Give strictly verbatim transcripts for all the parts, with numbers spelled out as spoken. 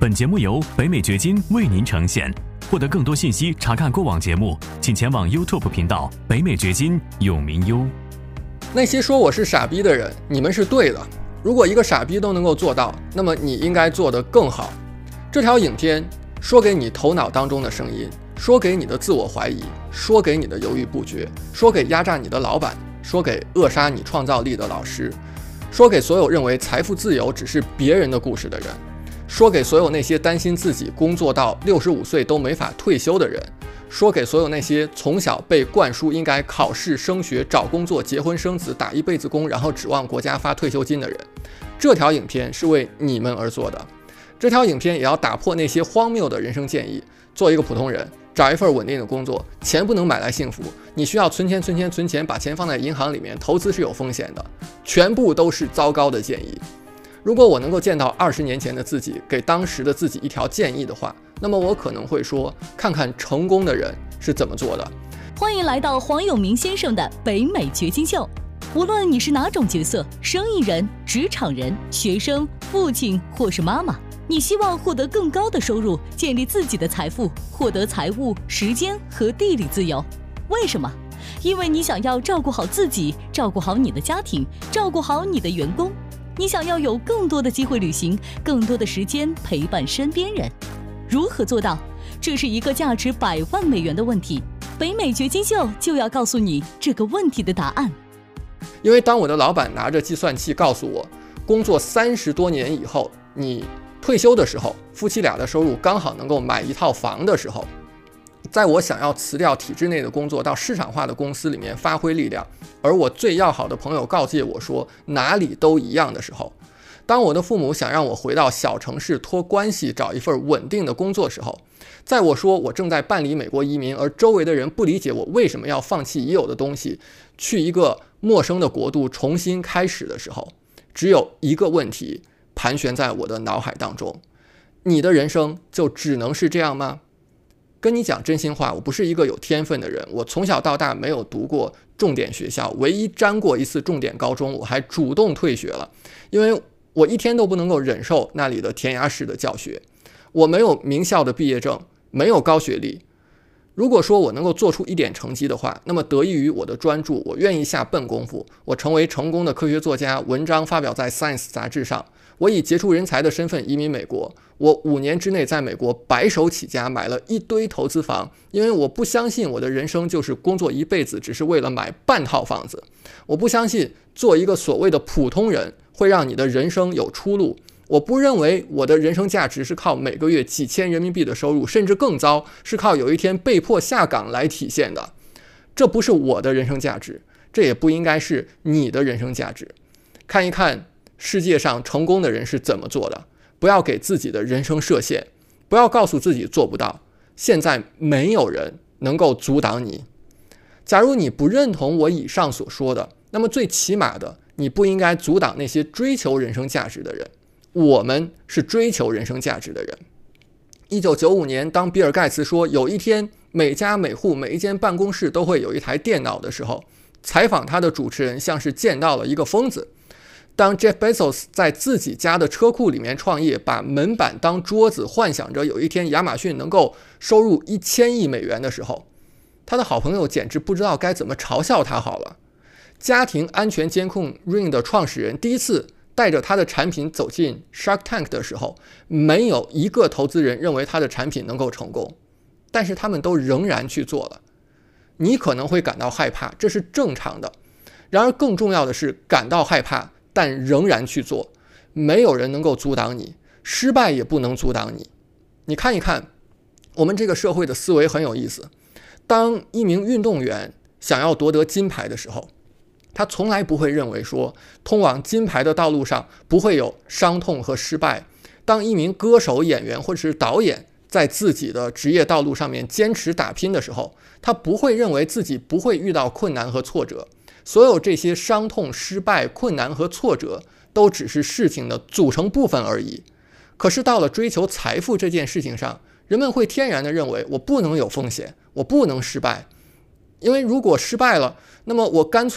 本节目由北美掘金为您呈现。获得更多信息，查看过往节目，请前往 YouTube 频道北美掘金永明优。 那些说我是傻逼的人，你们是对的。如果一个傻逼都能够做到，那么你应该做得更好。这条影片说给你头脑当中的声音，说给你的自我怀疑，说给你的犹豫不决，说给压榨你的老板，说给扼杀你创造力的老师，说给所有认为财富自由只是别人的故事的人，说给所有那些担心自己工作到六十五岁都没法退休的人，说给所有那些从小被灌输应该考试、升学、找工作、结婚生子、打一辈子工，然后指望国家发退休金的人。这条影片是为你们而做的。这条影片也要打破那些荒谬的人生建议。做一个普通人，找一份稳定的工作，钱不能买来幸福，你需要存钱存钱存钱，把钱放在银行里面，投资是有风险的，全部都是糟糕的建议。如果我能够见到二十年前的自己，给当时的自己一条建议的话，那么我可能会说，看看成功的人是怎么做的。 欢迎来到黄永明先生的北美掘金秀。无论你是哪种角色，生意人、职场人、学生、父亲或是妈妈，你希望获得更高的收入，建立自己的财富，获得财务、时间和地理自由。为什么？因为你想要照顾好自己，照顾好你的家庭，照顾好你的员工。你想要有更多的机会旅行，更多的时间陪伴身边人。如何做到？这是一个价值百万美元的问题。北美掘金秀就要告诉你这个问题的答案。 因为当我的老板拿着计算器告诉我，工作三十多年以后，你退休的时候，夫妻俩的收入刚好能够买一套房的时候，在我想要辞掉体制内的工作，到市场化的公司里面发挥力量，而我最要好的朋友告诫我说哪里都一样的时候，当我的父母想让我回到小城市托关系找一份稳定的工作时候，在我说我正在办理美国移民，而周围的人不理解我为什么要放弃已有的东西，去一个陌生的国度重新开始的时候，只有一个问题盘旋在我的脑海当中：你的人生就只能是这样吗？跟你讲真心话，我不是一个有天分的人，我从小到大没有读过重点学校，唯一沾过一次重点高中，我还主动退学了，因为我一天都不能够忍受那里的填鸭式的教学。我没有名校的毕业证，没有高学历。如果说我能够做出一点成绩的话，那么得益于我的专注，我愿意下笨功夫，我成为成功的科学作家，文章发表在 Science 杂志上，我以杰出人才的身份移民美国，我五年之内在美国白手起家，买了一堆投资房，因为我不相信我的人生就是工作一辈子只是为了买半套房子，我不相信做一个所谓的普通人会让你的人生有出路，我不认为我的人生价值是靠每个月几千人民币的收入，甚至更糟，是靠有一天被迫下岗来体现的。这不是我的人生价值，这也不应该是你的人生价值。看一看世界上成功的人是怎么做的，不要给自己的人生设限，不要告诉自己做不到。现在没有人能够阻挡你。假如你不认同我以上所说的，那么最起码的，你不应该阻挡那些追求人生价值的人。我们是追求人生价值的人。一九九五年，当比尔盖茨说有一天每家每户每一间办公室都会有一台电脑的时候，采访他的主持人像是见到了一个疯子。当 Jeff Bezos 在自己家的车库里面创业，把门板当桌子，幻想着有一天亚马逊能够收入一千亿美元的时候，他的好朋友简直不知道该怎么嘲笑他好了。家庭安全监控 Ring 的创始人第一次带着他的产品走进 Shark Tank 的时候，没有一个投资人认为他的产品能够成功，但是他们都仍然去做了。你可能会感到害怕，这是正常的。然而更重要的是，感到害怕但仍然去做，没有人能够阻挡你，失败也不能阻挡你。你看一看，我们这个社会的思维很有意思。当一名运动员想要夺得金牌的时候，他从来不会认为说通往金牌的道路上不会有伤痛和失败。当一名歌手、演员或者是导演在自己的职业道路上面坚持打拼的时候，他不会认为自己不会遇到困难和挫折。所有这些伤痛、失败、困难和挫折都只是事情的组成部分而已。可是到了追求财富这件事情上，人们会天然的认为我不能有风险，我不能失败，因为如果失败了，那么我干脆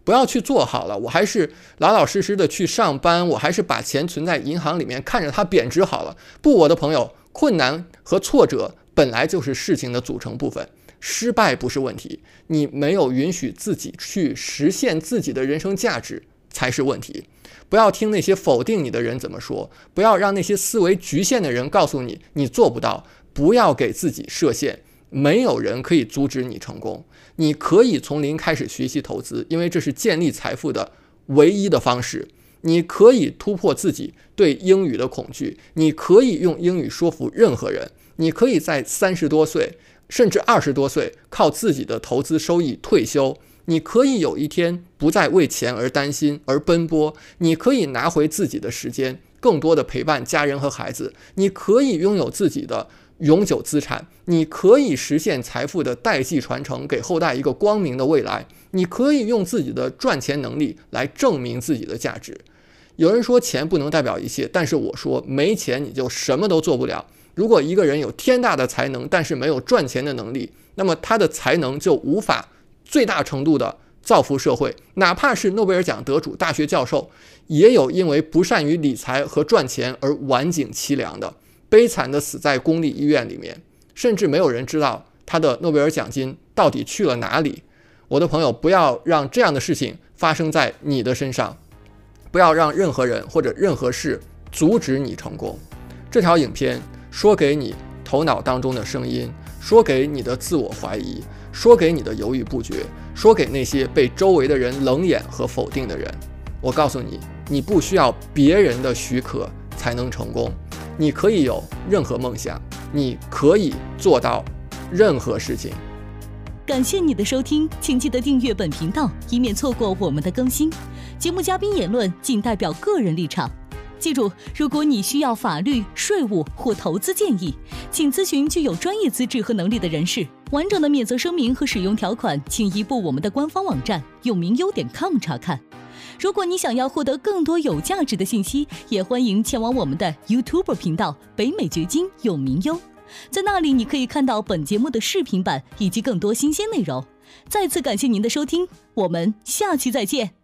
不要去做好了，我还是老老实实的去上班，我还是把钱存在银行里面，看着它贬值好了。不，我的朋友，困难和挫折本来就是事情的组成部分，失败不是问题，你没有允许自己去实现自己的人生价值才是问题。不要听那些否定你的人怎么说，不要让那些思维局限的人告诉你你做不到，不要给自己设限，没有人可以阻止你成功。你可以从零开始学习投资，因为这是建立财富的唯一的方式。你可以突破自己对英语的恐惧，你可以用英语说服任何人，你可以在三十多岁甚至二十多岁靠自己的投资收益退休，你可以有一天不再为钱而担心而奔波，你可以拿回自己的时间，更多的陪伴家人和孩子，你可以拥有自己的永久资产，你可以实现财富的代际传承，给后代一个光明的未来，你可以用自己的赚钱能力来证明自己的价值。有人说钱不能代表一切，但是我说没钱你就什么都做不了。如果一个人有天大的才能，但是没有赚钱的能力，那么他的才能就无法最大程度的造福社会。哪怕是诺贝尔奖得主、大学教授，也有因为不善于理财和赚钱而晚景凄凉的，悲惨的死在公立医院里面，甚至没有人知道他的诺贝尔奖金到底去了哪里。我的朋友，不要让这样的事情发生在你的身上，不要让任何人或者任何事阻止你成功。这条影片说给你头脑当中的声音，说给你的自我怀疑，说给你的犹豫不决，说给那些被周围的人冷眼和否定的人。我告诉你，你不需要别人的许可才能成功，你可以有任何梦想，你可以做到任何事情。 感谢你的收听，请记得订阅本频道，以免错过我们的更新。节目嘉宾言论仅代表个人立场。记住，如果你需要法律、税务或投资建议，请咨询具有专业资质和能力的人士。完整的免责声明和使用条款，请移步我们的官方网站永明优点 com 查看。如果你想要获得更多有价值的信息，也欢迎前往我们的 YouTube 频道北美掘金永明优，在那里你可以看到本节目的视频版以及更多新鲜内容。再次感谢您的收听，我们下期再见。